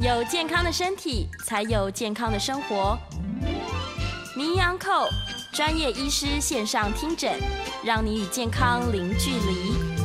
有健康的身体，才有健康的生活。名医安扣专业医师线上听诊，让你与健康零距离。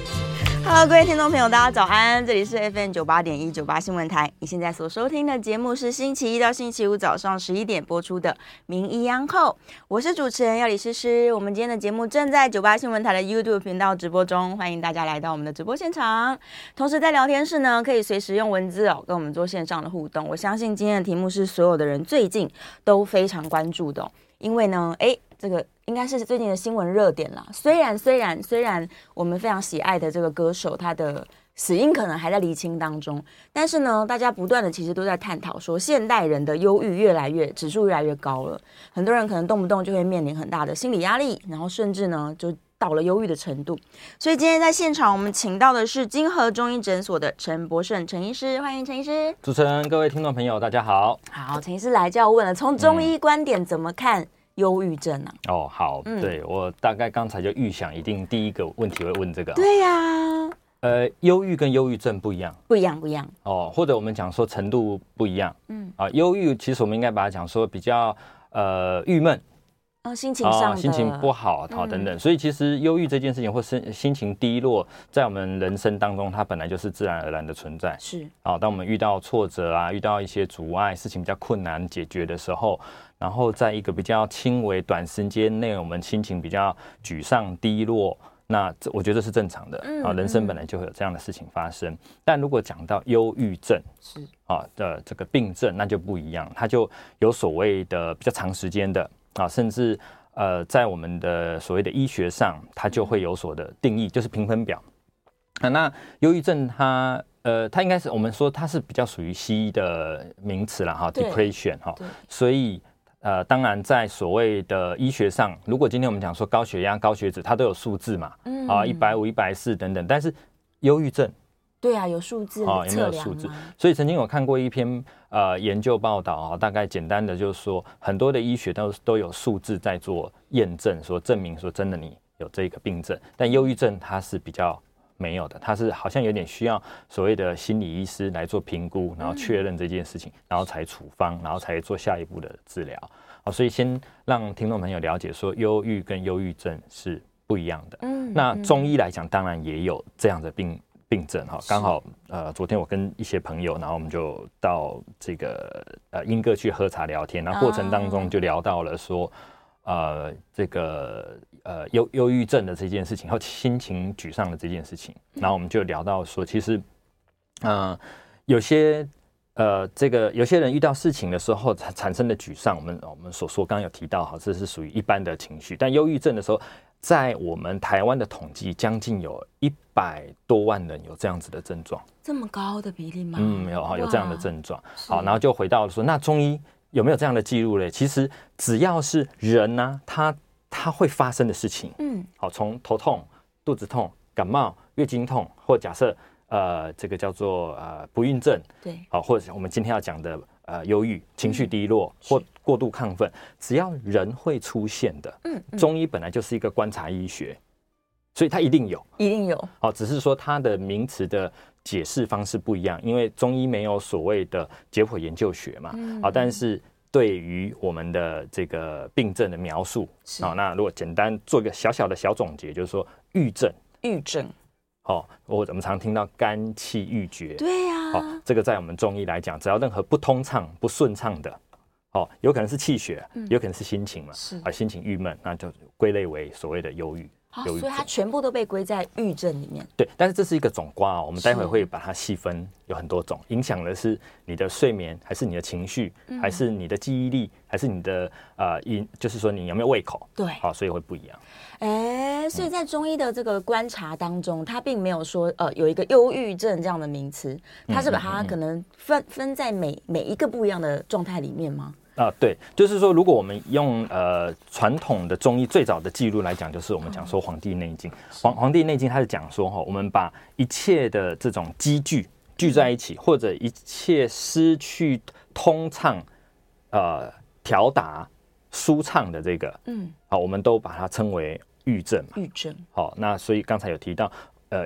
Hello， 各位听众朋友，大家早安！这里是 FM 98.1 98新闻台。你现在所收听的节目是星期一到星期五早上11点播出的《名医安扣》，我是主持人药理诗诗。我们今天的节目正在98新闻台的 YouTube 频道直播中，欢迎大家来到我们的直播现场。同时在聊天室呢，可以随时用文字跟我们做线上的互动。我相信今天的题目是所有的人最近都非常关注的因为呢，这个应该是最近的新闻热点啦。虽然我们非常喜爱的这个歌手，他的死因可能还在厘清当中，但是呢，大家不断的其实都在探讨说，现代人的忧郁指数越来越高了。很多人可能动不动就会面临很大的心理压力，然后甚至呢就到了忧郁的程度。所以今天在现场我们请到的是金河中医诊所的陈博胜陈医师，欢迎陈医师。 主持人、各位听众朋友，大家好。 好，陈医师来就要问了，从中医观点怎么看忧郁症啊？ 好，对，我大概刚才就预想，一定第一个问题会问这个。 对呀， 忧郁跟忧郁症不一样， 不一样或者我们讲说程度不一样。忧郁其实我们应该把它讲说比较郁闷， 心情上的心情不好等等。所以其实忧郁这件事情或是心情低落，在我们人生当中，它本来就是自然而然的存在。 是当我们遇到挫折啊，遇到一些阻碍，事情比较困难解决的时候，然后在一个比较轻微短时间内，我们心情比较沮丧低落，那我觉得是正常的。人生本来就会有这样的事情发生。但如果讲到忧郁症的这个病症，那就不一样，它就有所谓的比较长时间的甚至在我们的所谓的医学上，它就会有所的定义，就是评分表。那忧郁症它应该是我们说它是比较属于西医的名词啦，depression 所以当然在所谓的医学上，如果今天我们讲说高血压、高血脂，它都有数字嘛，150、140等等，但是忧郁症对啊，有数字有没有数字？所以曾经有看过一篇研究报道大概简单的就是说，很多的医学都有数字在做验证，说证明说真的你有这个病症，但忧郁症它是比较没有的，它是好像有点需要所谓的心理医师来做评估，然后确认这件事情，然后才处方，然后才做下一步的治疗。所以先让听众朋友了解说，忧郁跟忧郁症是不一样的。那中医来讲，当然也有这样的病症刚好昨天我跟一些朋友，然后我们就到这个莺歌去喝茶聊天，然后过程当中就聊到了说这个忧郁症的这件事情，和心情沮丧的这件事情，然后我们就聊到说，其实有些有些人遇到事情的时候产生的沮丧，我们所说刚刚有提到这是属于一般的情绪，但忧郁症的时候，在我们台湾的统计，将近有100多万人有这样子的症状，这么高的比例吗？有这样的症状。好，然后就回到说，那中医有没有这样的记录呢？其实只要是人啊，他会发生的事情，从头痛、肚子痛、感冒、月经痛，或假设这个叫做不孕症，对，或者我们今天要讲的忧郁、情绪低落或过度亢奋，只要人会出现的，中医本来就是一个观察医学，所以它一定有，只是说它的名词的解释方式不一样，因为中医没有所谓的解剖研究学嘛，但是对于我们的这个病症的描述，那如果简单做一个小小的小总结，就是说郁症。我们常听到肝气郁绝， 对呀， 这个在我们中医来讲，只要任何不通畅、不顺畅的，有可能是气血，有可能是心情嘛，心情郁闷，那就归类为所谓的忧郁。 所以它全部都被归在郁症里面。 对，但是这是一个总括我们待会会把它细分，有很多种，影响的是你的睡眠，还是你的情绪，还是你的记忆力，还是你的就是说你有没有胃口？对，所以会不一样。 所以在中医的这个观察当中，它并没有说有一个忧郁症这样的名词，它是把它可能分在每一个不一样的状态里面吗？ 对，就是说，如果我们用传统的中医最早的记录来讲，就是我们讲说《黄帝内经》，《黄帝内经》它是讲说我们把一切的这种积聚在一起，或者一切失去通畅、调达、舒畅的这个，我们都把它称为郁症嘛。郁症。那所以刚才有提到，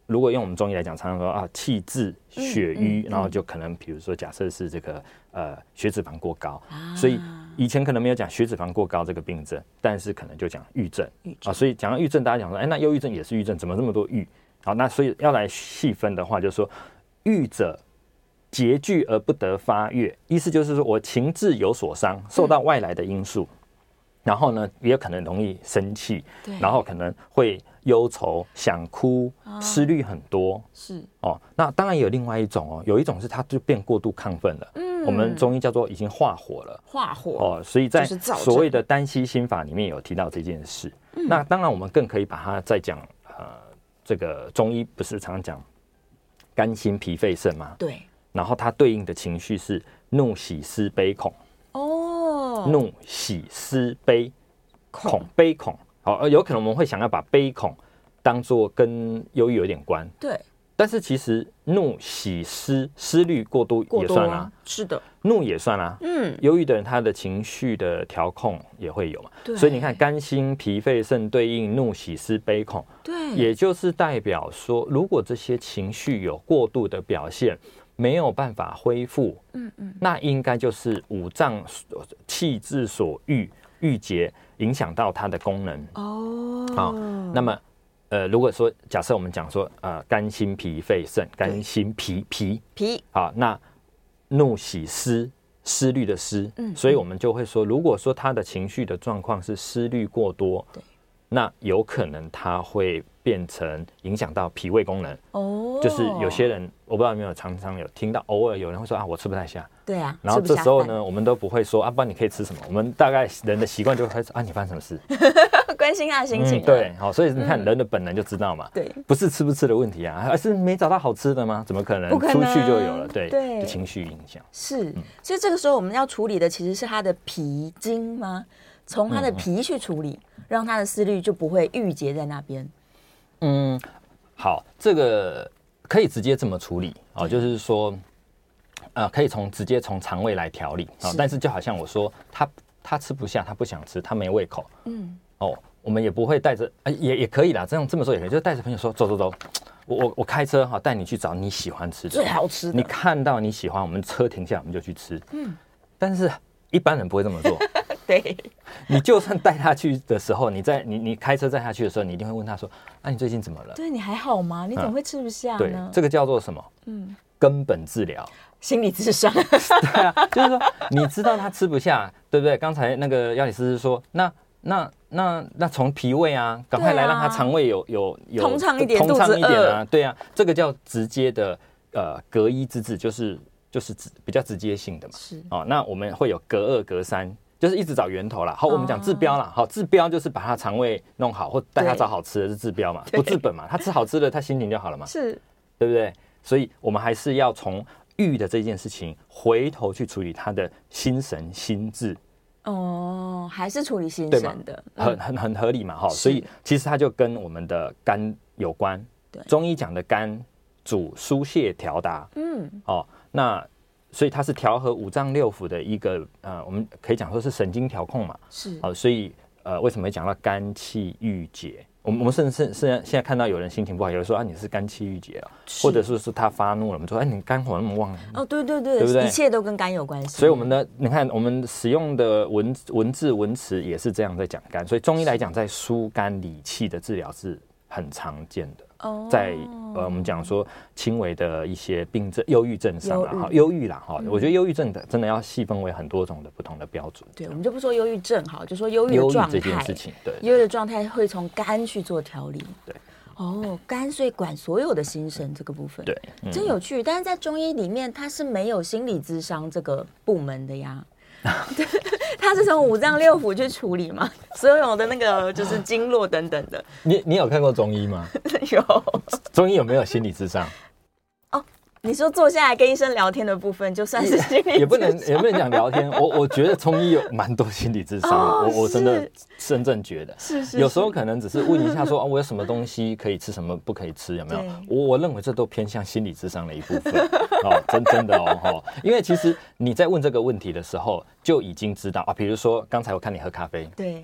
如果用我们中医来讲，常常说啊气滞血瘀，然后就可能比如说假设是这个血脂肪过高，所以以前可能没有讲血脂肪过高这个病症，但是可能就讲郁症啊。所以讲到郁症，大家讲说，那忧郁症也是郁症，怎么这么多郁？好，那所以要来细分的话，就是说郁者拮据而不得发悦，意思就是说我情志有所伤，受到外来的因素。然后呢，也有可能容易生气，然后可能会忧愁、想哭、思虑很多。 是哦，那当然也有另外一种哦，有一种是它就变过度亢奋了。我们中医叫做已经化火了。 化火哦，所以在所谓的丹溪心法里面有提到这件事。那当然我们更可以把它再讲这个中医不是常常讲肝心脾肺肾吗？ 对。 然后它对应的情绪是怒喜思悲恐。怒喜思悲恐，悲恐好，有可能我们会想要把悲恐当作跟忧郁有点关， 对。 但是其实怒喜思虑过度也算啊， 是的， 怒也算啊。忧郁的人他的情绪的调控也会有嘛，所以你看肝心脾肺肾对应怒喜思悲恐， 对， 也就是代表说，如果这些情绪有过度的表现，没有办法恢复，那应该就是五脏气滞所郁结，影响到它的功能。好，那么如果说假设我们讲说肝心脾肺肾，肝心脾，好，那怒喜思虑的思，所以我们就会说，如果说他的情绪的状况是思虑过多，那有可能他会变成影响到脾胃功能。就是有些人我不知道有没有常常有听到，偶尔有人会说我吃不太下。 对啊， 然后这时候呢，我们都不会说不然你可以吃什么，我们大概人的习惯就会说你发生什么事， 关心他的心情。 对，好，所以你看人的本能就知道嘛。对，不是吃不吃的问题啊，而是没找到好吃的吗？怎么可能？出去就有了。对，情绪影响是。 所以这个时候我们要处理的其实是他的脾经吗？从他的脾去处理，让他的思虑就不会郁结在那边。 好，这个可以直接这么处理就是说，可以直接从肠胃来调理但是就好像我说，他吃不下，他不想吃，他没胃口，我们也不会带着，也可以啦，这么说也可以，就带着朋友说，走，我开车带你去找你喜欢吃的， 最好吃的， 你看到你喜欢，我们车停下，我们就去吃。但是一般人不会这么做。 对， 你就算带他去的时候，你开车载他去的时候，你一定会问他说：“你最近怎么了？ 对你还好吗？你怎么会吃不下呢？”对， 这个叫做什么？根本治疗， 心理咨商。 对啊，就是说你知道他吃不下，对不对？刚才那个药理师说，那从脾胃啊，赶快来让他肠胃有通畅一点啊，对啊，这个叫直接的隔一之治，就是比较直接性的嘛。是那我们会有隔2、隔3。就是一直找源头啦。好，我们讲治标啦。好，治标就是把他肠胃弄好，或带他找好吃的是治标嘛，不治本嘛。他吃好吃的，他心情就好了嘛，是，对不对？所以我们还是要从郁的这件事情回头去处理他的心神心智。 还是处理心神的， 很合理嘛，所以其实它就跟我们的肝有关。中医讲的肝主疏泄调达，那。所以它是调和五脏六腑的一个我们可以讲说是神经调控嘛，是所以为什么会讲到肝气郁结？我们甚至现在看到有人心情不好，有人说你是肝气郁结了，或者说是他发怒了，我们说你肝火那么旺对对不对？一切都跟肝有关系。 所以你看我们使用的文字文词也是这样在讲肝，所以中医来讲，在疏肝理气的治疗是很常见的。在我们讲说轻微的一些病症，忧郁症上啦，忧郁啦我觉得忧郁症真的要细分为很多种的不同的标准。 对，我们就不说忧郁症就说忧郁的状态这件事情。对， 忧郁的状态会从肝去做调理。 对， 肝所以管所有的心神这个部分。对，真有趣。但是在中医里面，它是没有心理咨商这个部门的呀。他是从五脏六腑去处理嘛，所有的那个就是经络等等的。 你有看过中医吗？ 有。 中医有没有心理咨商？ 你说坐下来跟医生聊天的部分，就算是心理咨商， 也不能讲聊天。我觉得中医有蛮多心理咨商，我真的深正觉得，是有时候可能只是问一下说我有什么东西可以吃，什么不可以吃，有没有？我认为这都偏向心理咨商的一部分真的因为其实你在问这个问题的时候就已经知道比如说刚才我看你喝咖啡，对。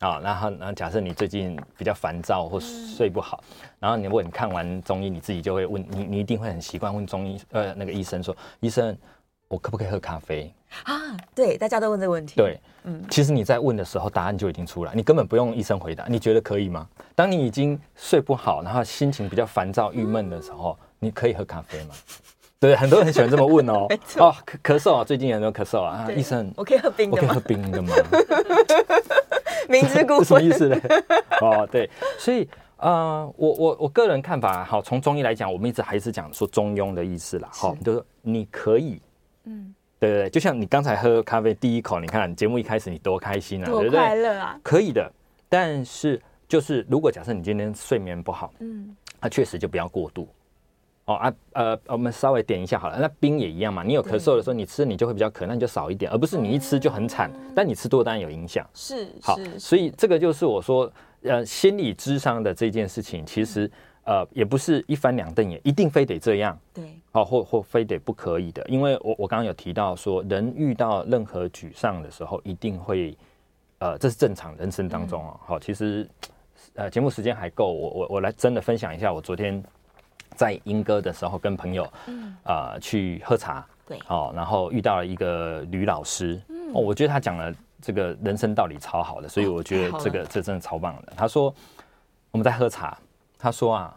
啊，然后假设你最近比较烦躁或睡不好，然后如果你看完中医，你自己就会问你一定会很习惯问中医那个医生说，医生我可不可以喝咖啡啊？对，大家都问这个问题。 对，其实你在问的时候答案就已经出来，你根本不用医生回答，你觉得可以吗？当你已经睡不好，然后心情比较烦躁、郁闷的时候，你可以喝咖啡吗？对，很多人很喜欢这么问哦。哦，咳嗽啊，最近有没有咳嗽啊？医生， 我可以喝冰的吗？ 我可以喝冰的吗？ 明知故问， 什么意思呢？哦，对，所以我个人看法，好，从中医来讲，我们一直还是讲说中庸的意思啦。好，就是你可以，对，就像你刚才喝咖啡第一口，你看节目一开始你多开心啊， 多快乐啊， 可以的。但是就是如果假设你今天睡眠不好，那确实就不要过度。我们稍微点一下好了。那冰也一样嘛，你有咳嗽的时候，你吃你就会比较渴，那你就少一点，而不是你一吃就很惨，但你吃多当然有影响。 是， 好，所以这个就是我说，心理咨商的这件事情，其实也不是一翻两瞪眼，一定非得这样， 对， 好，或非得不可以的，因为我刚刚有提到说，人遇到任何沮丧的时候，一定会，这是正常人生当中哦。好，其实节目时间还够，我来真的分享一下，我昨天在莺歌的时候跟朋友去喝茶， 对， 然后遇到了一个吕老师，我觉得他讲了这个人生道理超好的，所以我觉得这真的超棒的。他说我们在喝茶，他说啊，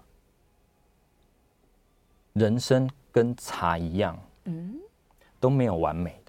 人生跟茶一样，都没有完美的。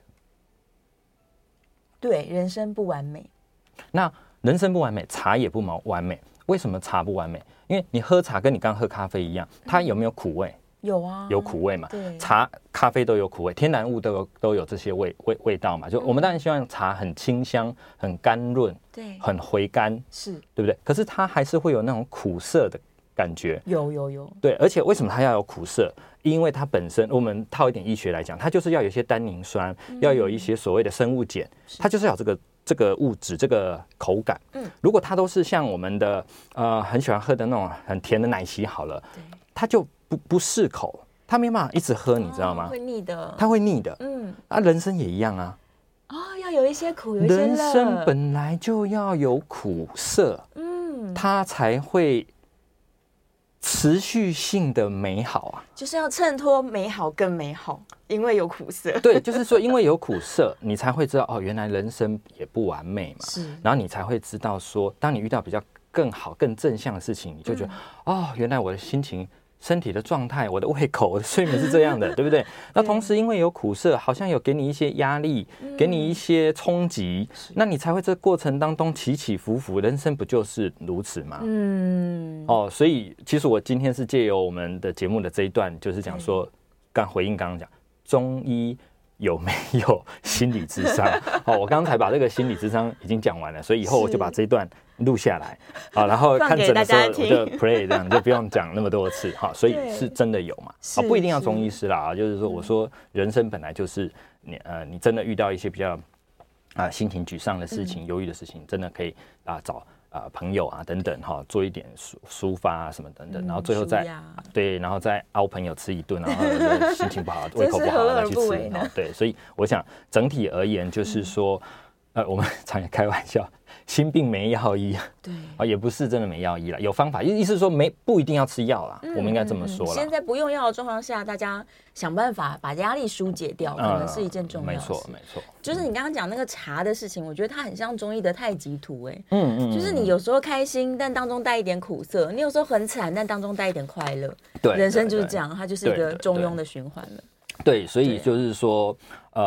对，人生不完美。 那人生不完美，茶也不完美。为什么茶不完美？因为你喝茶跟你刚喝咖啡一样，它有没有苦味？ 有啊， 有苦味嘛？ 对， 茶、咖啡都有苦味，天然物都有这些味道嘛。就我们当然希望茶很清香、很甘润， 对， 很回甘， 是对不对？可是它还是会有那种苦涩的感觉。 有。 对，而且为什么它要有苦涩？因为它本身，我们套一点医学来讲，它就是要有一些单宁酸，要有一些所谓的生物碱，它就是要有这个物质，这个口感。如果它都是像我们的很喜欢喝的那种很甜的奶昔好了，它就不适口，它没办法一直喝，你知道吗？ 会腻的， 它会腻的。人生也一样啊。 要有一些苦，有一些乐。 人生本来就要有苦涩，它才会持续性的美好啊， 就是要衬托美好更美好，因为有苦涩。 对，就是说，因为有苦涩，你才会知道哦，原来人生也不完美嘛。 是， 然后你才会知道说，当你遇到比较更好、更正向的事情，你就觉得哦，原来我的心情、身体的状态、我的胃口、我的睡眠是这样的，对不对？那同时因为有苦涩，好像有给你一些压力，给你一些冲击，那你才会这过程当中起起伏伏，人生不就是如此吗？所以其实我今天是借由我们的节目的这一段，就是讲说，回应刚刚讲中医有没有心理咨商？我刚才把这个心理咨商已经讲完了，所以以后我就把这一段录下来，然后看诊的时候我就 play 这样，就不用讲那么多次，所以是真的有嘛？不一定要中医师啦，就是说我说人生本来就是你真的遇到一些比较心情沮丧的事情、忧郁的事情，真的可以找朋友等等做一点抒发什么等等，然后最后然后再熬朋友吃一顿，然后心情不好、胃口不好再去吃，对，所以我想整体而言就是说，我们常也开玩笑，心病没药医，对也不是真的没药医啦，有方法，意思是说不一定要吃药啦，我们应该这么说啦。 现在不用药的状况下，大家想办法把压力疏解掉，可能是一件重要的事。 没错。 就是你刚刚讲那个茶的事情，我觉得它很像中医的太极图，就是你有时候开心，但当中带一点苦涩；你有时候很惨，但当中带一点快乐。 对， 人生就是这样，它就是一个中庸的循环了。 对，所以就是说，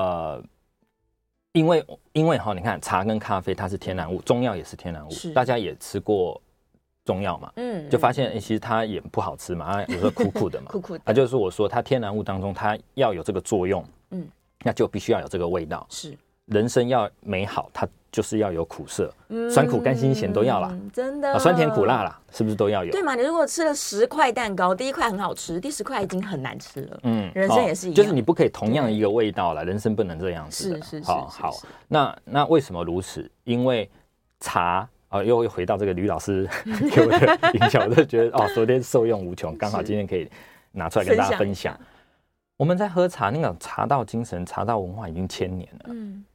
因为你看茶跟咖啡它是天然物，中药也是天然物，大家也吃过中药嘛，就发现其实它也不好吃嘛，有时候苦苦的嘛，苦的。就是我说它天然物当中它要有这个作用，那就必须要有这个味道。是，人生要美好，它就是要有苦涩，酸苦甘辛咸都要啦， 真的， 酸甜苦辣啦，是不是都要有？ 对嘛？你如果吃了10块蛋糕，第1块很好吃，第10块已经很难吃了。人生也是一样， 就是你不可以同样一个味道啦，人生不能这样子的。 是。 好，那为什么如此？因为茶又回到这个吕老师给我的影响，我就觉得昨天受用无穷，刚好今天可以拿出来跟大家分享。我们在喝茶，那个茶道精神、茶道文化已经1000年了。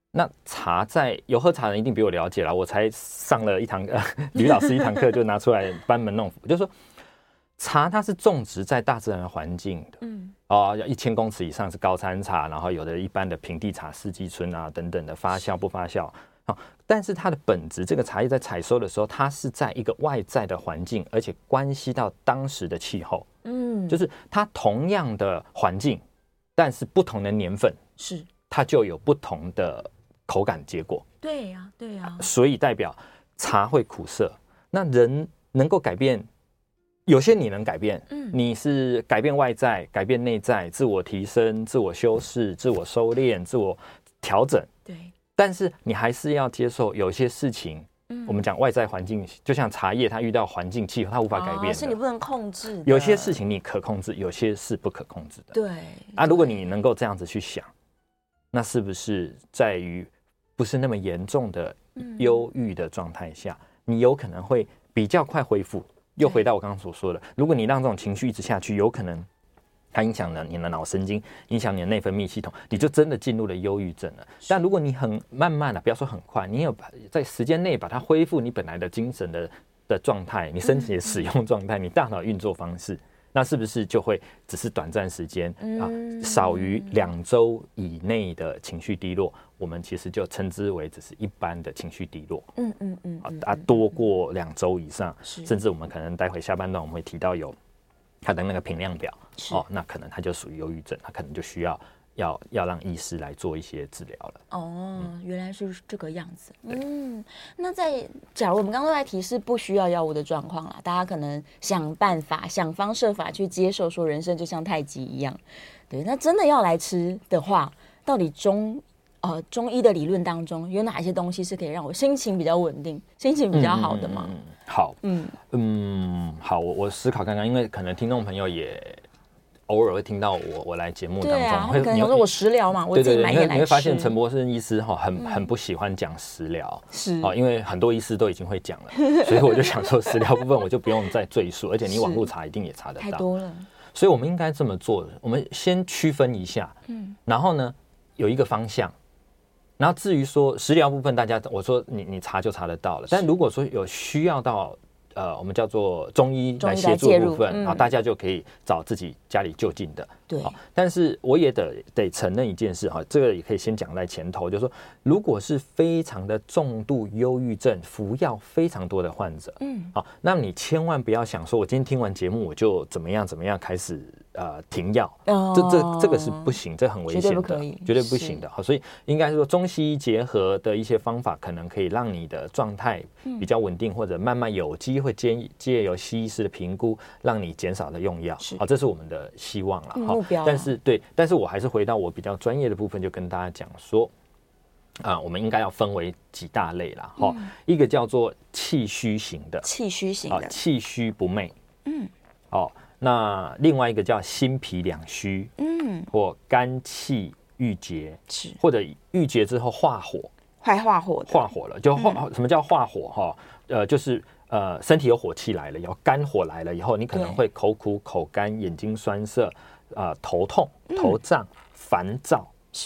那茶有喝茶的人一定比我了解啦，我才上了吕老师一堂课就拿出来班门弄斧，就是说茶它是种植在大自然的环境的，要1000公尺以上是高山茶，然后有的一般的平地茶、四季春啊等等的发酵不发酵，但是它的本质，这个茶叶在采收的时候，它是在一个外在的环境，而且关系到当时的气候，就是它同样的环境，但是不同的年份， 是它就有不同的口感结果。 对呀，对呀， 所以代表茶会苦涩。那人能够改变，有些你能改变，你是改变外在、改变内在，自我提升、自我修饰、自我收敛、自我调整。 对。 但是你还是要接受有些事情，我们讲外在环境，就像茶叶，它遇到环境气候，它无法改变的， 是你不能控制的。 有些事情你可控制，有些是不可控制的。 对啊，如果你能够这样子去想，那是不是在于不是那么严重的忧郁的状态下，你有可能会比较快恢复？又回到我刚刚所说的，如果你让这种情绪一直下去，有可能它影响了你的脑神经，影响你的内分泌系统，你就真的进入了忧郁症了。但如果你很慢慢的，不要说很快，你有在时间内把它恢复你本来的精神的状态，你身体的使用状态，你大脑运作方式，那是不是就会只是短暂时间少于2周以内的情绪低落，我们其实就称之为只是一般的情绪低落。多过2周以上，甚至我们可能待会下半段我们会提到有它的那个评量表，那可能它就属于忧郁症，它可能就需要让医师来做一些治疗了。 原来是这个样子。那假如我们刚刚都在提示不需要药物的状况啦，大家可能想办法、想方设法去接受，说人生就像太极一样。对，那真的要来吃的话，到底中医的理论当中有哪些东西是可以让我心情比较稳定、心情比较好的吗？ 好，好，我思考看看，因为可能听众朋友也偶尔会听到我来节目当中， 可能有时候我食疗嘛，我自己买点来吃。 你会发现陈博士医师很不喜欢讲食疗， 是因为很多医师都已经会讲了，所以我就想说食疗部分我就不用再赘述，而且你网络查一定也查得到， 太多了。 所以我们应该这么做，我们先区分一下，然后呢有一个方向。然后至于说食疗部分，我说你查就查得到了。但如果说有需要到我们叫做中医来协助的部分，大家就可以找自己家里就近的。 对。 但是我也得承认一件事哈，这个也可以先讲在前头，就是说，如果是非常的重度忧郁症、服药非常多的患者，那你千万不要想说，我今天听完节目我就怎么样开始停药，这个是不行，这很危险的，绝对不行的。好，所以应该说中西医结合的一些方法，可能可以让你的状态比较稳定，或者慢慢有机会借由西医师的评估，让你减少的用药。好，这是我们的希望了。 目标。 但是我还是回到我比较专业的部分，就跟大家讲说，我们应该要分为几大类啦。一个叫做气虚型的，气虚不寐。那另外一个叫心脾两虚，或肝气郁结，或者郁结之后化火，化火了，就什么叫化火？就是身体有火气来了，然后肝火来了以后，你可能会口苦、口干、眼睛酸涩，头痛、头胀、烦躁，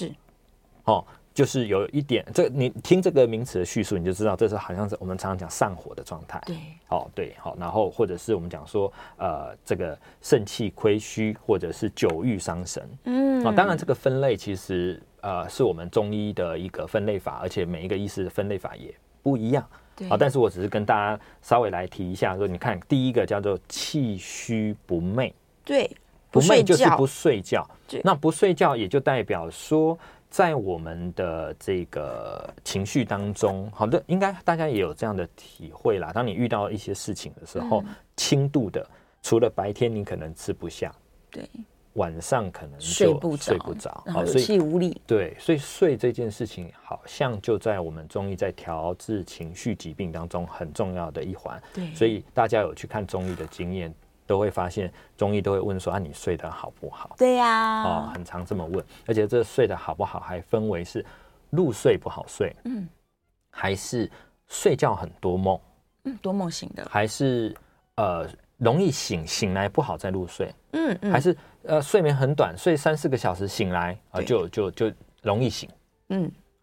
就是有一点，你听这个名词的叙述，你就知道这是好像是我们常常讲上火的状态。对，然后或者是我们讲说，这个肾气亏虚，或者是久郁伤神。当然这个分类其实是我们中医的一个分类法，而且每一个医师的分类法也不一样。但是我只是跟大家稍微来提一下，说你看第一个叫做气虚不寐， 对， 不寐就是不睡觉。那不睡觉也就代表说，在我们的这个情绪当中，好的，应该大家也有这样的体会啦。当你遇到一些事情的时候，轻度的，除了白天你可能吃不下， 对， 晚上可能就睡不着， 然后有气无力。 对，所以睡这件事情好像就在我们中医在调治情绪疾病当中很重要的一环。 对， 所以大家有去看中医的经验，都会发现中医都会问说你睡得好不好？ 对呀， 很常这么问，而且这睡得好不好还分为是入睡不好睡，还是睡觉很多梦， 多梦型的， 还是容易醒来不好再入睡，还是睡眠很短，睡3-4个小时醒来就容易醒，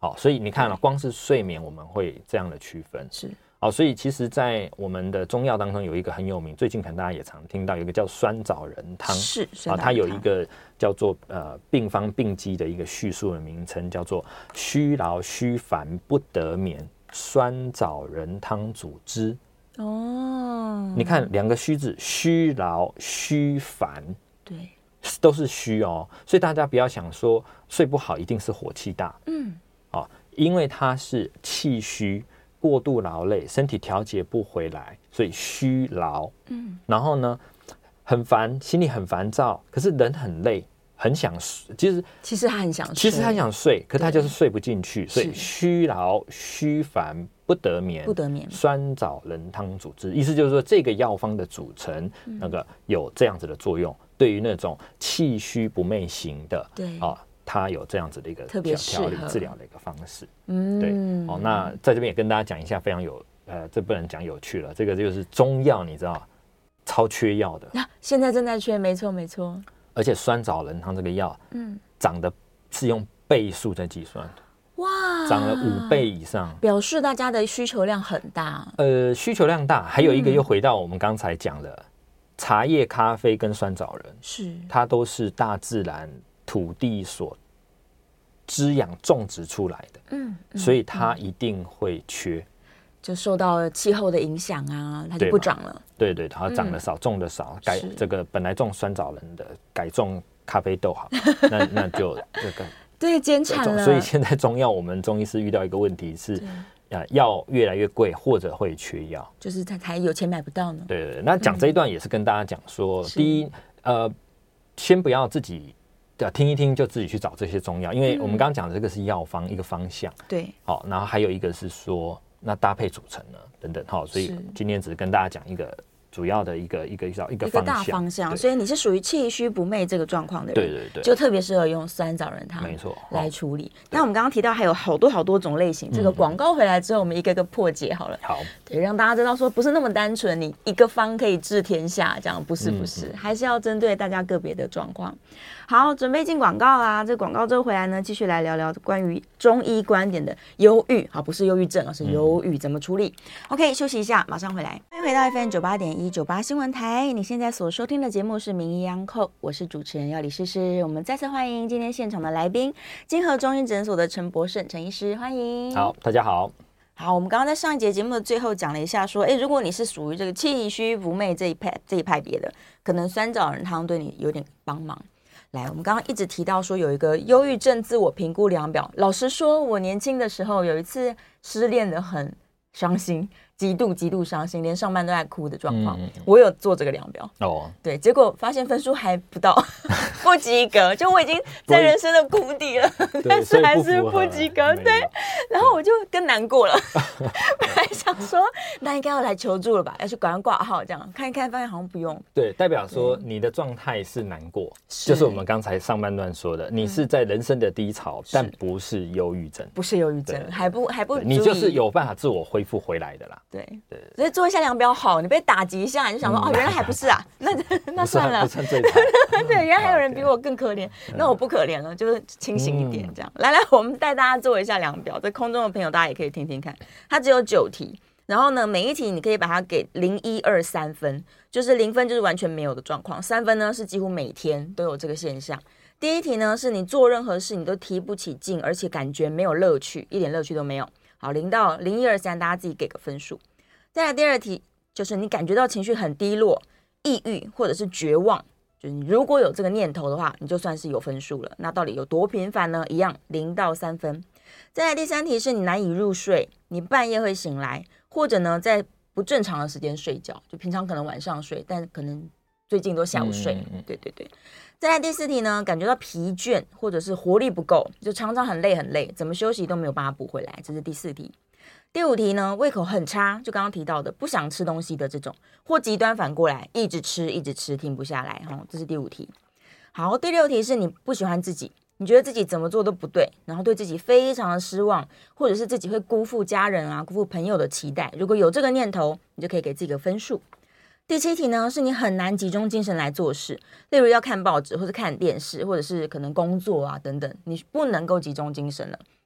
好，所以你看了，光是睡眠我们会这样的区分。 是。 好，所以其实，在我们的中药当中有一个很有名，最近可能大家也常听到，有一个叫酸枣仁汤。 是。 它有一个叫做病方病机的一个叙述的名称，叫做虚劳虚烦不得眠，酸枣仁汤主之。哦，你看2个虚字，虚劳虚烦， 对， 都是虚哦。所以大家不要想说睡不好一定是火气大，因为它是气虚。过度劳累，身体调节不回来，所以虚劳。然后呢，很烦，心里很烦躁，可是人很累，很想睡。其实他很想睡， 其实他想睡，可他就是睡不进去，所以虚劳虚烦不得眠。酸枣仁汤主之，意思就是说，这个药方的组成，那个有这样子的作用，对于那种气虚不寐型的， 对它有这样子的一个特别调理治疗的一个方式。对。那在这边也跟大家讲一下，非常这不能讲有趣了，这个就是中药，你知道超缺药的。 现在正在缺，没错。 而且酸枣仁汤这个药，涨的是用倍数在计算的。哇，涨了5倍以上， 表示大家的需求量很大。 需求量大，还有一个又回到我们刚才讲的茶叶、咖啡跟酸枣仁， 是它都是大自然土地所滋养种植出来的，所以它一定会缺， 就受到气候的影响啊，它就不长了。 对，它长得少，种的少，这个本来种酸枣仁的，改种咖啡豆好，那就这个对减产了。 所以现在中药，我们中医师遇到一个问题是，药越来越贵，或者会缺药， 就是才有钱买不到呢。 对，那讲这一段也是跟大家讲说，第一，先不要自己。听一听就自己去找这些中药，因为我们刚刚讲的这个是药方一个方向， 对， 好，然后还有一个是说那搭配组成呢等等，好，所以今天只是跟大家讲一个主要的一个大方向，所以你是属于气虚不寐这个状况的人， 对， 就特别适合用酸枣仁汤， 没错， 来处理。那我们刚刚提到还有好多种类型，这个广告回来之后，我们一个个破解好了， 好， 对，让大家知道说不是那么单纯，你一个方可以治天下，这样不是，还是要针对大家个别的状况。好，准备进广告啦！这广告之后回来呢，继续来聊聊关于中医观点的忧郁，好，不是忧郁症，而是忧郁怎么处理。OK， 休息一下，马上回来。欢迎回到 FM98.1 98新闻台，你现在所收听的节目是名医央叩，我是主持人药理诗诗。我们再次欢迎今天现场的来宾，金河中医诊所的陈博胜陈医师，欢迎。 好，大家好。 好，我们刚刚在上一节节目的最后讲了一下，说，如果你是属于这个气虚不寐这一派别的，可能酸枣仁汤对你有点帮忙。来，我们刚刚一直提到说有一个忧郁症自我评估量表。老实说，我年轻的时候有一次失恋的很伤心，极度伤心，连上班都在哭的状况。我有做这个量表对，结果发现分数还不到，不及格，就我已经在人生的谷底了，但是还是不及格。对，然后我就更难过了。本来想说，那应该要来求助了吧，要去赶快挂号，这样看一看，发现好像不用。 对，代表说你的状态是难过，就是我们刚才上半段说的，你是在人生的低潮，但不是忧郁症， 不是忧郁症，还不你就是有办法自我恢复回来的啦。 对，所以做一下量表好，你被打击一下，你就想说原来还不是啊，那算了， 不算最惨。 对，原来还有人比我更可怜，那我不可怜了，就是清醒一点这样。来，我们带大家做一下量表，在空中的朋友大家也可以听听看，它只有9题，然后呢，每一题你可以把它给0、1、2、3分，就是0分就是完全没有的状况，3分呢是几乎每天都有这个现象。第一题呢是你做任何事你都提不起劲，而且感觉没有乐趣，一点乐趣都没有。好，0到0、1、2、3，大家自己给个分数。再来第二题，就是你感觉到情绪很低落、抑郁或者是绝望，就是你如果有这个念头的话，你就算是有分数了。那到底有多频繁呢？一样0到3分。再来第三题是你难以入睡，你半夜会醒来，或者呢在不正常的时间睡觉，就平常可能晚上睡，但可能最近都下午睡。对。再来第4题呢，感觉到疲倦或者是活力不够，就常常很累，怎么休息都没有办法补回来，这是第4题。第5题呢，胃口很差，就刚刚提到的不想吃东西的这种，或极端反过来一直吃停不下来，这是第5题。好，第6题是你不喜欢自己，你觉得自己怎么做都不对，然后对自己非常的失望，或者是自己会辜负家人啊、辜负朋友的期待，如果有这个念头，你就可以给自己个分数。第7题呢，是你很难集中精神来做事，例如要看报纸或者看电视，或者是可能工作啊等等，你不能够集中精神了，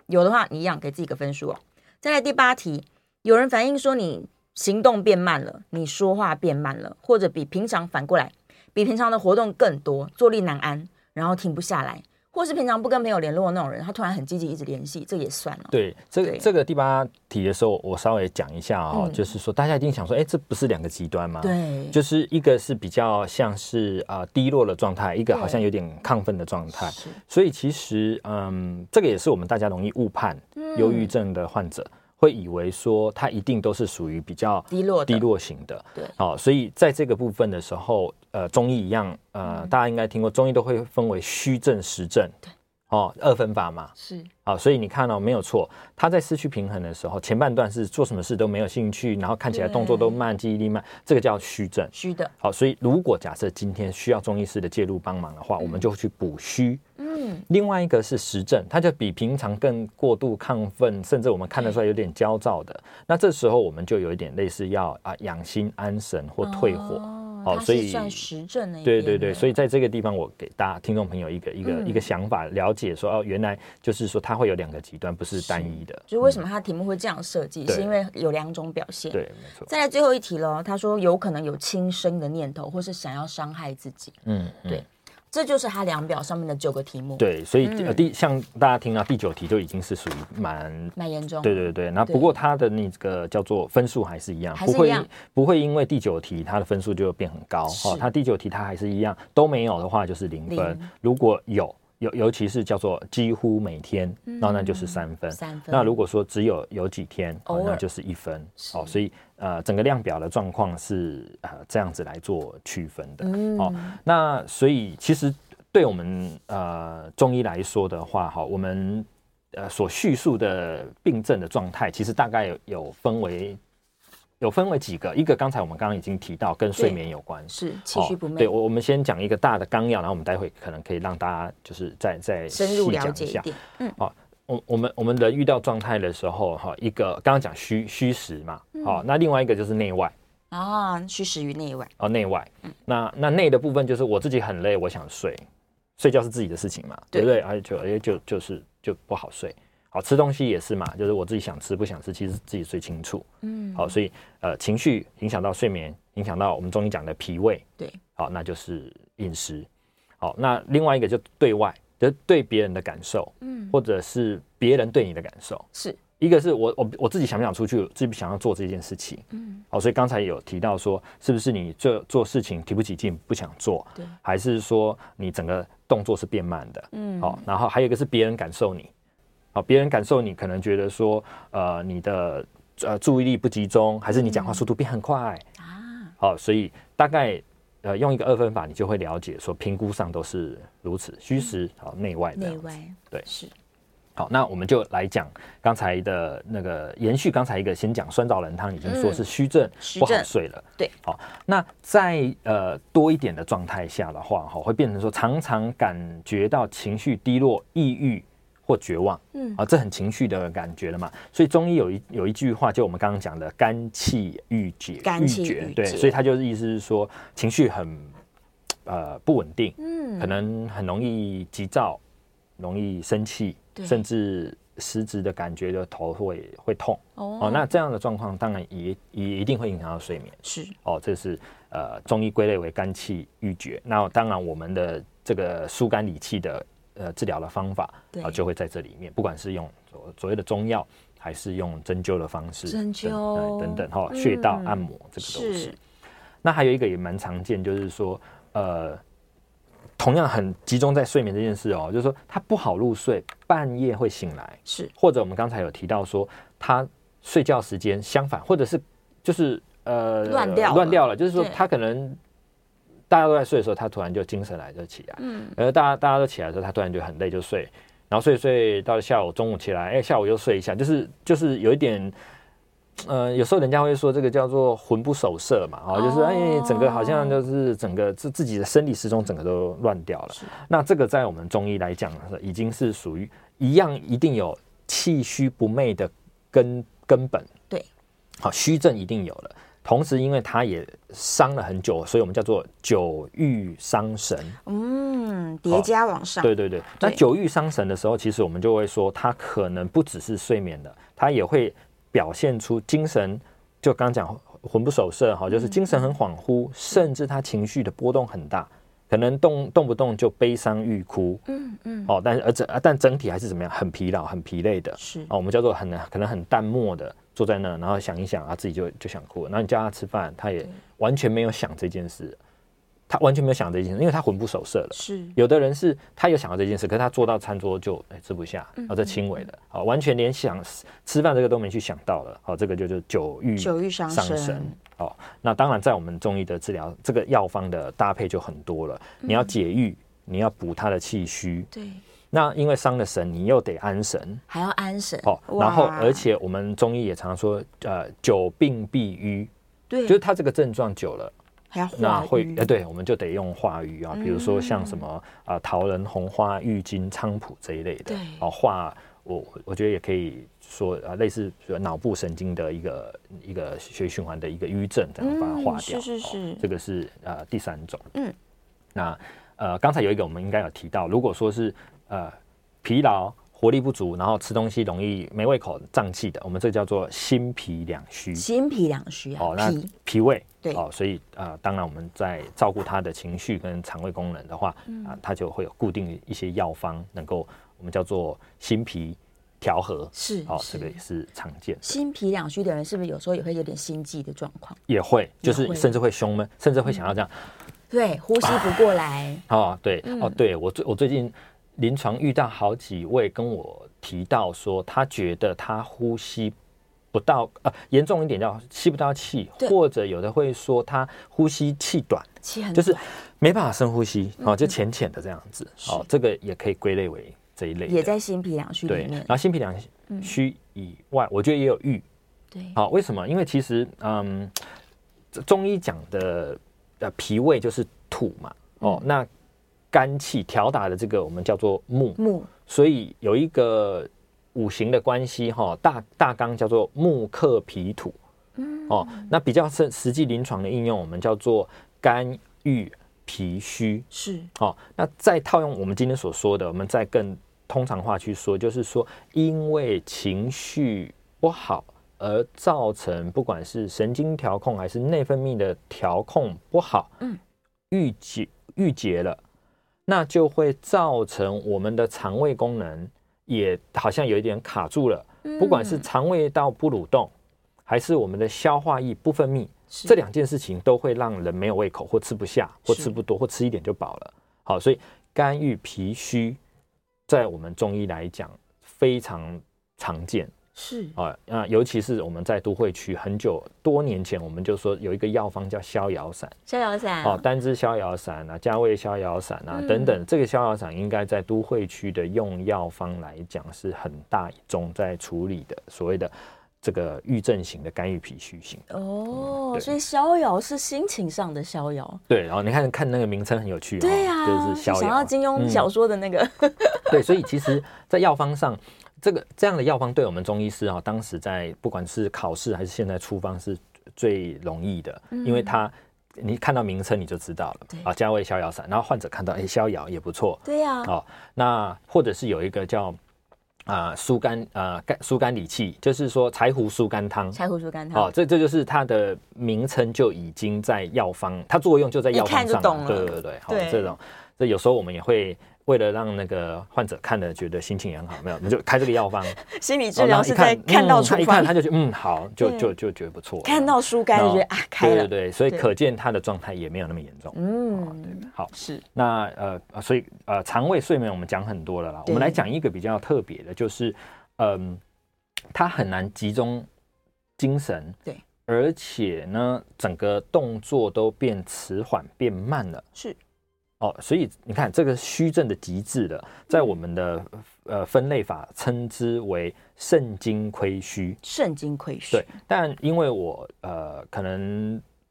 有的话，你一样给自己一个分数哦。再来第8题，有人反映说你行动变慢了，你说话变慢了，或者比平常反过来，比平常的活动更多，坐立难安，然后停不下来，或是平常不跟朋友联络的那种人，他突然很积极一直联系，这也算哦。 对，这个第8题的时候，我稍微讲一下哦，就是说大家一定想说，这不是2个极端吗？ 对， 就是一个是比较像是低落的状态，一个好像有点亢奋的状态，所以其实这个也是我们大家容易误判忧郁症的患者。会以为说他一定都是属于比较低落型的， 对， 所以在这个部分的时候，中医一样，大家应该听过，中医都会分为虚症、实症，对，2分法嘛， 是， 所以你看没有错，他在失去平衡的时候，前半段是做什么事都没有兴趣，然后看起来动作都慢，记忆力慢，这个叫虚症， 虚的， 所以如果假设今天需要中医师的介入帮忙的话，我们就去补虚。另外一个是实症，它就比平常更过度亢奋，甚至我们看得出来有点焦躁的。那这时候我们就有一点类似要养心安神或退火。 所以算实症的。 对，所以在这个地方，我给大家听众朋友一个想法，了解说原来就是说它会有2个极端，不是单一的。 就是为什么它题目会这样设计，是因为有2种表现。 对，没错。 再来最后一题了，他说有可能有轻生的念头，或是想要伤害自己。对。这就是他量表上面的9个题目。对， 所以像大家听到第9题就已经是属于蛮严重。 对。那不过他的那个叫做分数还是一样，不会因为第9题他的分数就变很高。他第9题他还是一样，都没有的话就是0分。如果尤其是叫做几乎每天，那就是3分。那如果说只有几天，那就是1分。所以整个量表的状况是这样子来做区分的。那所以其实对我们中医来说的话，我们所叙述的病症的状态，其实大概有分为几个，一个刚才我们刚刚已经提到，跟睡眠有关， 是气虚不寐。 对，我们先讲一个大的纲要，然后我们待会可能可以让大家就是再深入了解一点。 我们人遇到状态的时候，一个刚刚讲虚实嘛，那另外一个就是内外虚实与内外。 内外，那内的部分就是我自己很累，我想睡觉是自己的事情嘛，对不对？就不好睡。吃东西也是嘛，就是我自己想吃不想吃，其实自己最清楚。所以情绪影响到睡眠，影响到我们中医讲的脾胃。 对， 那就是饮食。那另外一个就对外，就是对别人的感受，或者是别人对你的感受。 是一个是我自己想不想出去，自己想要做这件事情。所以刚才有提到说，是不是你做事情提不起劲，不想做， 对， 还是说你整个动作是变慢的？然后还有一个是别人感受你。别人感受你可能觉得说，你的注意力不集中，还是你讲话速度变很快所以大概用一个2分法，你就会了解说，评估上都是如此，虚实内外的。 内外对是。 好，那我们就来讲刚才的那个延续刚才一个，先讲酸枣仁汤已经说是虚症，不好睡了。 对， 好，那在多一点的状态下的话，会变成说常常感觉到情绪低落、抑郁或绝望，这很情绪的感觉了嘛。所以中医有一句话，就我们刚刚讲的肝气郁结，对，所以它就是意思是说情绪很不稳定，可能很容易急躁，容易生气，甚至失职的感觉的头会痛。那这样的状况当然也一定会影响到睡眠。 是这是中医归类为肝气郁结。那当然我们的这个疏肝理气的治疗的方法就会在这里面，不管是用所谓的中药，还是用针灸的方式， 针灸等等穴道按摩，这个都是。那还有一个也蛮常见，就是说同样很集中在睡眠这件事就是说他不好入睡，半夜会醒来， 是， 或者我们刚才有提到说他睡觉时间相反，或者是就是乱掉了， 就是说他可能大家都在睡的时候，他突然就精神来就起来，而大家都起来的时候，他突然就很累就睡，然后睡到下午中午起来，下午又睡一下，就是有一点。有时候人家会说这个叫做魂不守舍嘛，就是整个好像就是整个自己的生理时钟整个都乱掉了。那这个在我们中医来讲，已经是属于一定有气虚不寐的根本。 对， 好，虚症一定有了。同时，因为它也伤了很久，所以我们叫做久郁伤神。 叠加往上。 对。那久郁伤神的时候，其实我们就会说，它可能不只是睡眠的，它也会表现出精神，就刚讲魂不守舍哈，就是精神很恍惚，甚至他情绪的波动很大。可能动不动就悲伤欲哭，但整体还是怎么样，很疲劳、很疲累的， 是我们叫做可能很淡漠的坐在那，然后想一想自己就想哭了。然后你叫他吃饭，他也完全没有想这件事，他完全没有想这件事，因为他魂不守舍了。 是有的人是他有想到这件事，可是他坐到餐桌就吃不下，这轻微的，完全连想吃饭这个都没去想到了，这个就是久郁伤神。那当然，在我们中医的治疗，这个药方的搭配就很多了。你要解郁，你要补他的气虚。 对。 那因为伤了神，你又得安神， 还要安神。 然后而且我们中医也常说，久病必瘀。 对。 就是他这个症状久了， 还要化瘀。 对，我们就得用化瘀啊，比如说像什么桃仁、红花、郁金、菖蒲这一类的。 对。 化。我觉得也可以说类似脑部神经的一个血循环的一个瘀症，这样把它化掉。 是， 这个是第三种。那刚才有一个我们应该有提到，如果说是疲劳、活力不足，然后吃东西容易没胃口、胀气的，我们这叫做心脾两虚。 心脾两虚啊， 那脾胃对所以当然我们在照顾他的情绪跟肠胃功能的话，它就会有固定一些药方能够。我们叫做心脾调和，这个也是常见的。 心脾两虚的人是不是有时候也会有点心悸的状况？ 也会，就是甚至会胸闷，甚至会想要这样， 对，呼吸不过来。 对，我最近临床遇到好几位跟我提到说，他觉得他呼吸不到，严重一点叫吸不到气，或者有的会说他呼吸气短，就是没办法深呼吸，就浅浅的这样子。这个也可以归类为这一类的， 也在心脾两虚里面。 然后心脾两虚以外，我觉得也有郁。 对， 为什么？因为其实中医讲的脾胃就是土嘛，那肝气调达的这个我们叫做木，所以有一个五行的关系大纲叫做木克脾土。那比较实际临床的应用，我们叫做肝郁脾虚。 是那再套用我们今天所说的，我们再更通常化去说，就是说因为情绪不好而造成不管是神经调控还是内分泌的调控不好，郁结了，那就会造成我们的肠胃功能也好像有一点卡住了，不管是肠胃道不蠕动，还是我们的消化液不分泌，这两件事情都会让人没有胃口，或吃不下，或吃不多，或吃一点就饱了。好，所以肝郁脾虚在我们中医来讲非常常见。 是尤其是我们在都会区多年前，我们就说有一个药方叫逍遥散，单支逍遥散加味逍遥散等等，这个逍遥散应该在都会区的用药方来讲是很大一宗在处理的所谓的这个郁症型的肝郁脾虚型。 所以逍遥是心情上的逍遥。 对，然后你看那个名称很有趣。 对啊， 就是逍遥， 想到金庸小说的那个。 对，所以其实在药方上，这样的药方对我们中医师当时在不管是考试还是现在处方是最容易的，因为你看到名称你就知道了加味逍遥散，然后患者看到逍遥也不错。 对呀。 那或者是有一个叫疏肝理气，就是说柴胡疏肝汤。这就是它的名称就已经在药方，它作用就在药方上。一看就懂了。对，这有时候我们也会为了让那个患者看了觉得心情也很好，没有，你就开这个药方。 心理治疗是在看到处方， 一看他就觉得好，就觉得不错。 看到疏肝就觉得开了。 对，所以可见他的状态也没有那么严重。对，好， 是。 那所以肠胃睡眠我们讲很多了啦，我们来讲一个比较特别的，就是他很难集中精神， 对， 而且呢，整个动作都变迟缓、变慢了。 是。 所以你看这个虚症的极致的，在我们的分类法称之为肾精亏虚。 肾精亏虚。 对，但因为我可能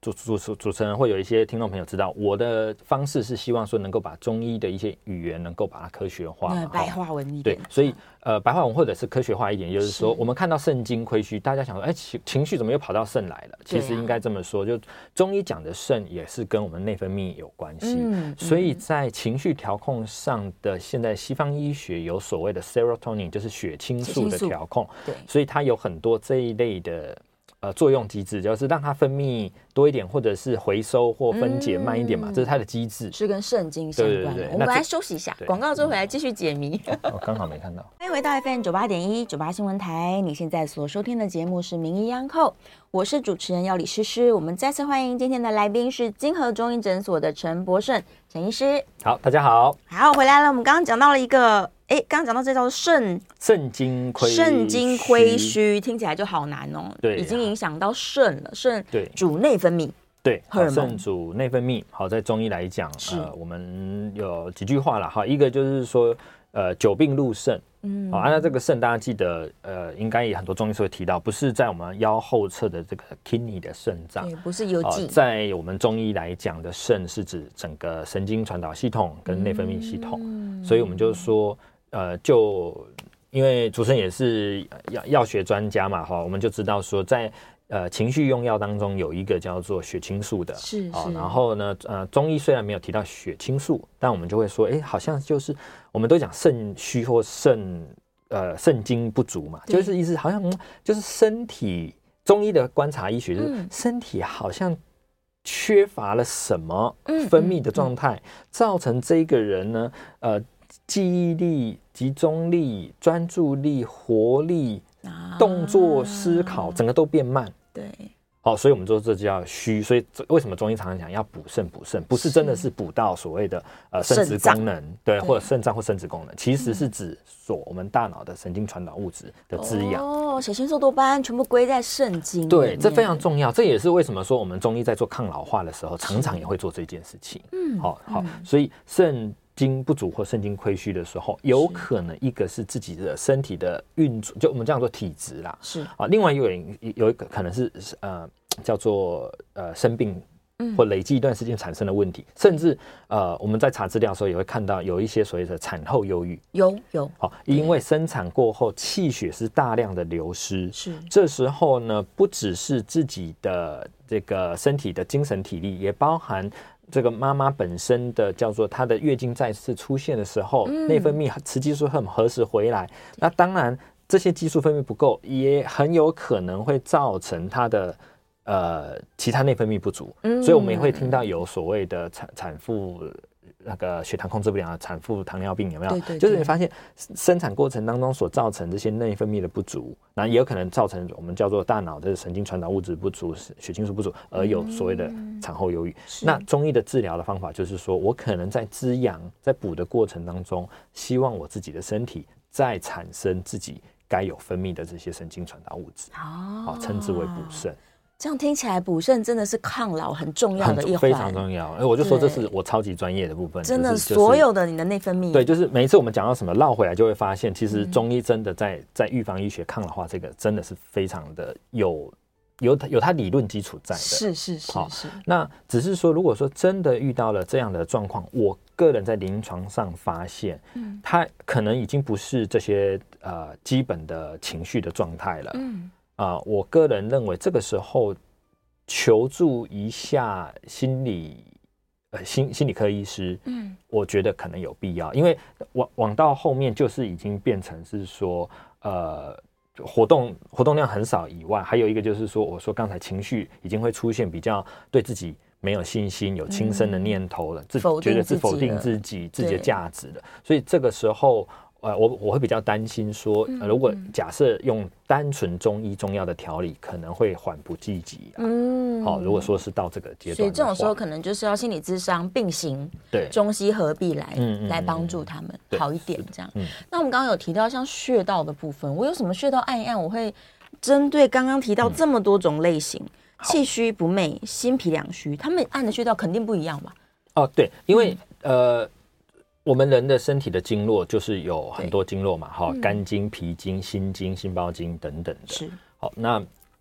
主持人会有一些听众朋友知道，我的方式是希望说能够把中医的一些语言能够把它科学化嘛， 白话文一点。 对，所以白话文或者是科学化一点，就是说我们看到肾经亏虚，大家想说，哎，情绪怎么又跑到肾来了？其实应该这么说，就中医讲的肾也是跟我们内分泌有关系，所以在情绪调控上的，现在西方医学有所谓的 serotonin， 就是血清素的调控，对，所以它有很多这一类的作用机制，就是让它分泌多一点，或者是回收或分解慢一点嘛，这是它的机制， 是跟肾经相关的。我们本来休息一下，广告之后回来继续解谜。 刚好没看到。 欢迎回到 FM98.1 98新闻台，你现在所收听的节目是名医央叩，我是主持人要李诗诗。我们再次欢迎今天的来宾是金河中医诊所的陈博胜陈医师。 好，大家好。 好，回来了。我们刚刚讲到了一个。刚刚讲到这叫做肾经亏虚，听起来就好难哦。对，已经影响到肾了。肾主内分泌，对， 肾主内分泌。好，在中医来讲，我们有几句话啦。哈，一个就是说，久病入肾。好，那这个肾大家记得，应该也很多中医师会提到，不是在我们腰后侧的这个 kidney 的肾脏， 对，不是邮寄。 在我们中医来讲的肾是指整个神经传导系统跟内分泌系统，所以我们就说。就因为主持人也是药学专家嘛，哈，我们就知道说在情绪用药当中有一个叫做血清素的，是。然后呢，中医虽然没有提到血清素，但我们就会说，好像就是我们都讲肾虚或肾精不足嘛，就是意思好像就是身体中医的观察医学就是身体好像缺乏了什么分泌的状态，造成这个人呢，记忆力、集中力、专注力、活力、动作、思考，整个都变慢。对，所以我们说这叫虚。所以为什么中医常常讲要补肾？不是真的是补到所谓的生殖功能，对，或者肾脏或生殖功能，其实是指说我们大脑的神经传导物质的滋养。 血清素、多巴胺全部归在肾经。 对，这非常重要。这也是为什么说我们中医在做抗老化的时候，常常也会做这件事情。好，所以肾经不足或肾经亏虚的时候，有可能一个是自己的身体的运作，就我们这样说体质啦，是啊。另外有一个可能是叫做生病或累积一段时间产生的问题，甚至我们在查资料的时候也会看到有一些所谓的产后忧郁，有好，因为生产过后气血是大量的流失，是这时候呢，不只是自己的这个身体的精神体力，也包含。这个妈妈本身的叫做她的月经再次出现的时候，内分泌雌激素何时回来？那当然这些激素分泌不够，也很有可能会造成她的其他内分泌不足。所以我们也会听到有所谓的产妇那个血糖控制不良的产妇糖尿病有没有？对，就是你发现生产过程当中所造成这些内分泌的不足，那也有可能造成我们叫做大脑的神经传导物质不足、血清素不足，而有所谓的产后忧郁。那中医的治疗的方法就是说，我可能在滋养、在补的过程当中，希望我自己的身体再产生自己该有分泌的这些神经传导物质，称之为补肾。 这样听起来，补肾真的是抗老很重要的一环， 非常重要。我就说这是我超级专业的部分， 真的，所有的你的内分泌， 对，就是每一次我们讲到什么绕回来，就会发现，其实中医真的在预防医学抗老化这个真的是非常的有它理论基础在的，是。那只是说，如果说真的遇到了这样的状况，我个人在临床上发现，它可能已经不是这些基本的情绪的状态了，我个人认为这个时候求助一下心理科医师，我觉得可能有必要，因为往到后面就是已经变成是说，活动量很少以外，还有一个就是说，我说刚才情绪已经会出现比较对自己没有信心、有轻生的念头了，觉得是否定自己的价值的，所以这个时候。我会比较担心说，如果假设用单纯中医中药的调理，可能会缓不济急。如果说是到这个阶段， 所以这种时候可能就是要心理咨商并行，对，中西合璧来帮助他们好一点这样。那我们刚刚有提到像穴道的部分，我有什么穴道按一按，我会针对刚刚提到这么多种类型，气虚不寐、心脾两虚，他们按的穴道肯定不一样吧？ 对，因为我们人的身体的经络就是有很多经络嘛，肝经、脾经、心经、心包经等等的。是，好，那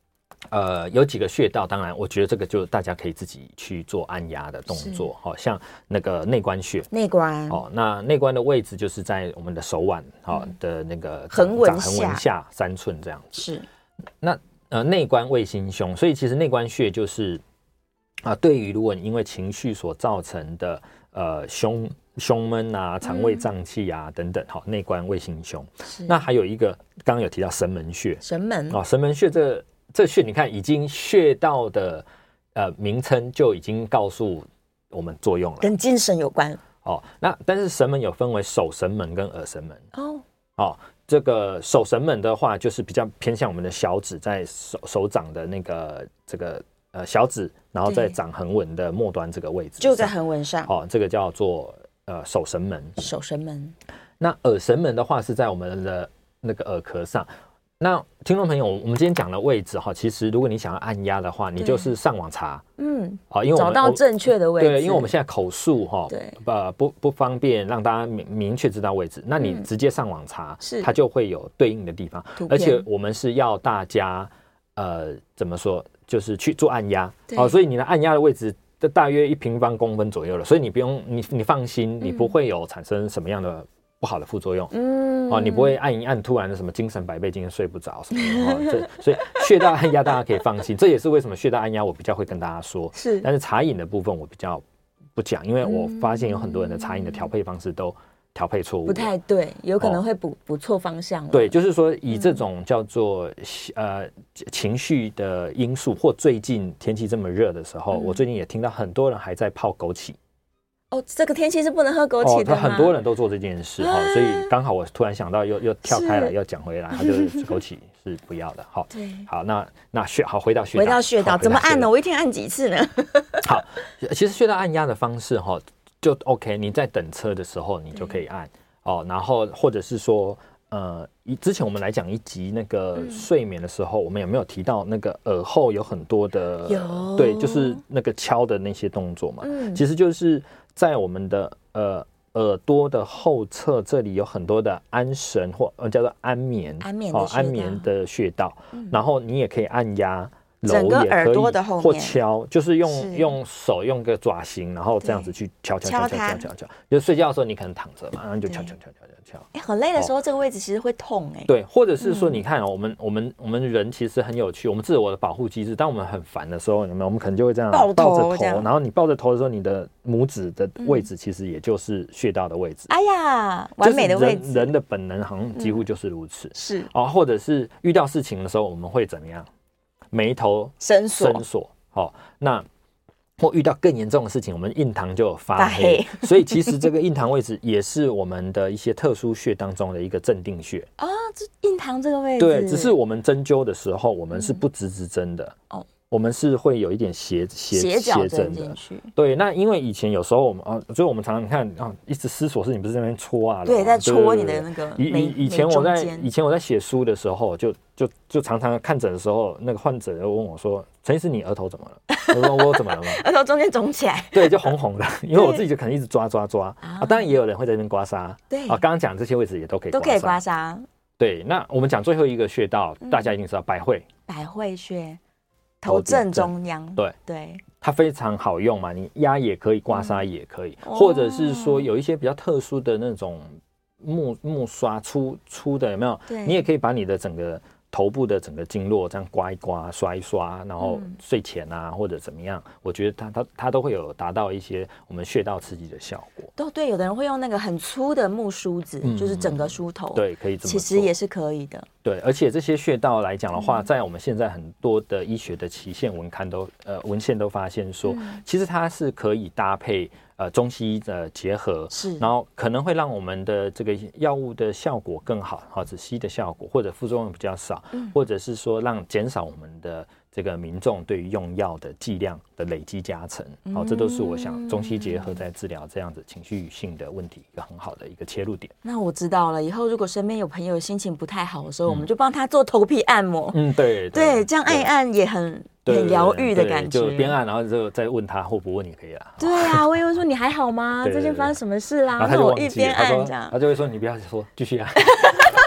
有几个穴道，当然我觉得这个就大家可以自己去做按压的动作，像那个内关穴， 内关， 那内关的位置就是在我们的手腕的那个横纹下3寸这样子。是，那内关胃心胸，所以其实内关穴就是对于如果你因为情绪所造成的胸闷啊、肠胃胀气啊等等，内关胃心胸。那还有一个刚刚有提到神门穴，神门穴这穴你看，已经穴道的名称就已经告诉我们作用了， 跟精神有关。 那但是神门有分为手神门跟耳神门。这个手神门的话，就是比较偏向我们的小指在手掌的那个小指，然后在掌横纹的末端这个位置， 就在横纹上。 这个叫做手神门。 手神门。 那耳神门的话是在我们的那个耳壳上。那听众朋友，我们今天讲的位置其实如果你想要按压的话，你就是上网查， 因为找到正确的位置。 对，因为我们现在口述不方便让大家明确知道位置，那你直接上网查，它就会有对应的地方。而且我们是要大家怎么说，就是去做按压，所以你的按压的位置大约1平方公分左右了，所以你不用你放心，你不会有产生什么样的不好的副作用。你不会按一按突然的什么精神百倍，今天睡不着什么的。所以穴道按压大家可以放心，这也是为什么穴道按压我比较会跟大家说。但是茶饮的部分我比较不讲，因为我发现有很多人的茶饮的调配方式都调配错误， 不太对，有可能会补错方向。 对，就是说以这种叫做情绪的因素，或最近天气这么热的时候，我最近也听到很多人还在泡枸杞。 这个天气是不能喝枸杞的吗？ 很多人都做这件事所以刚好我突然想到又跳开了要讲回来，他就是枸杞是不要的。好，那回到穴道怎么按呢？我一天按几次呢？ 好，其实穴道按压的方式就 OK， 你在等车的时候你就可以按然后或者是说之前我们来讲一集那个睡眠的时候，我们有没有提到那个耳后有很多的对，就是那个敲的那些动作嘛？其实就是在我们的耳朵的后侧这里有很多的安神或叫做安眠的穴道，然后你也可以按压。 整个耳朵的后面或敲，就是用手用个爪形，然后这样子去敲，就睡觉的时候你可能躺着嘛，然后就敲。 很累的时候这个位置其实会痛对，或者是说你看我们人其实很有趣，我们自我的保护机制，当我们很烦的时候，有没有？我们可能就会这样抱着头，然后你抱着头的时候，你的拇指的位置其实也就是穴道的位置。 哎呀，完美的位置， 人的本能好像几乎就是如此。 是或者是遇到事情的时候，我们会怎么样？眉头深锁， 那或遇到更严重的事情，我们印堂就有发黑，所以其实这个印堂位置也是我们的一些特殊穴当中的一个镇定穴这印堂这个位置， 对，只是我们针灸的时候，我们是不直针的我们是会有一点斜角针的，对。那因为以前有时候我们所以我们常常看一直思索事情，不是在那边戳对，在戳你的那个以前我在写书的时候，就常常看诊的时候，那个患者就问我说：“陈医师，你额头怎么了？”我说：“我怎么了吗？” 额头中间肿起来， 对，就红红的，因为我自己就可能一直抓当然也有人会在那边刮痧， 对刚刚讲这些位置也都可以刮痧。 对，那我们讲最后一个穴道，大家一定知道百会穴。头正中央，对， 它非常好用嘛，你压也可以，刮痧也可以，或者是说有一些比较特殊的那种木刷粗的，有没有？你也可以把你的整个头部的整个经络这样刮一刮、刷一刷，然后睡前或者怎么样，我觉得它都会有达到一些我们穴道刺激的效果。 对，有的人会用那个很粗的木梳子，就是整个梳头， 对，可以这么做， 其实也是可以的。 对，而且这些穴道来讲的话，在我们现在很多的医学的期限文献都发现说，其实它是可以搭配中西医的结合，然后可能会让我们的这个药物的效果更好，止吸的效果或者副作用比较少，或者是说减少我们的这个民众对于用药的剂量的累积加成，这都是我想中西结合在治疗这样子情绪性的问题一个很好的一个切入点。 那我知道了，以后如果身边有朋友心情不太好的时候，我们就帮他做头皮按摩。 对， 这样按一按也很疗愈的感觉。 就边按，然后就再问他或不问也可以啦。 对啊，我也会说你还好吗？最近发生什么事啦？ 然后他就我一边按这样， 他就会说你不要说，继续按。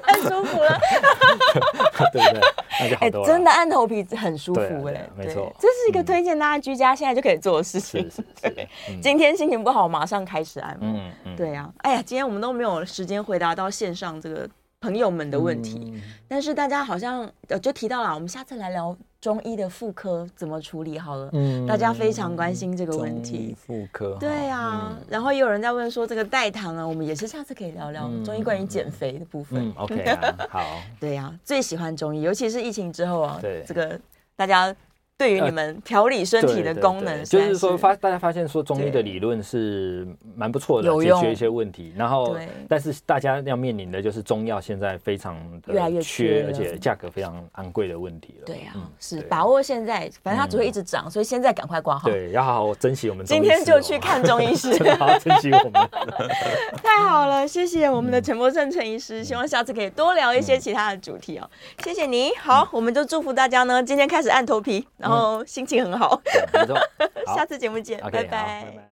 太舒服了， 对不对？那就好多了。 真的按头皮很舒服没错， 这是一个推荐大家居家现在就可以做的事情。 是。 今天心情不好，马上开始按摩。对啊，哎呀，今天我们都没有时间回答到线上这个朋友们的问题，但是大家好像就提到了，我们下次来聊中医的妇科怎么处理好了。大家非常关心这个问题。 妇科， 对啊，然后也有人在问说这个代糖啊，我们也是下次可以聊聊中医关于减肥的部分。 OK 啊，好。 对啊，最喜欢中医，尤其是疫情之后啊， 对这个大家。对于你们调理身体的功能， 就是说大家发现说中医的理论是蛮不错的，解决一些问题。然后，但是大家要面临的就是中药现在非常的越来越缺， 而且价格非常昂贵的问题了。 对啊，是把握现在，反正它只会一直涨，所以现在赶快挂号。 对，要好好珍惜我们。 今天就去看中医师， 好好珍惜我们。 太好了，谢谢我们的陈柏胜陈医师，希望下次可以多聊一些其他的主题哦。谢谢你，好，我们就祝福大家呢，今天开始按头皮，然后心情很好。 没错， 下次节目见，拜拜。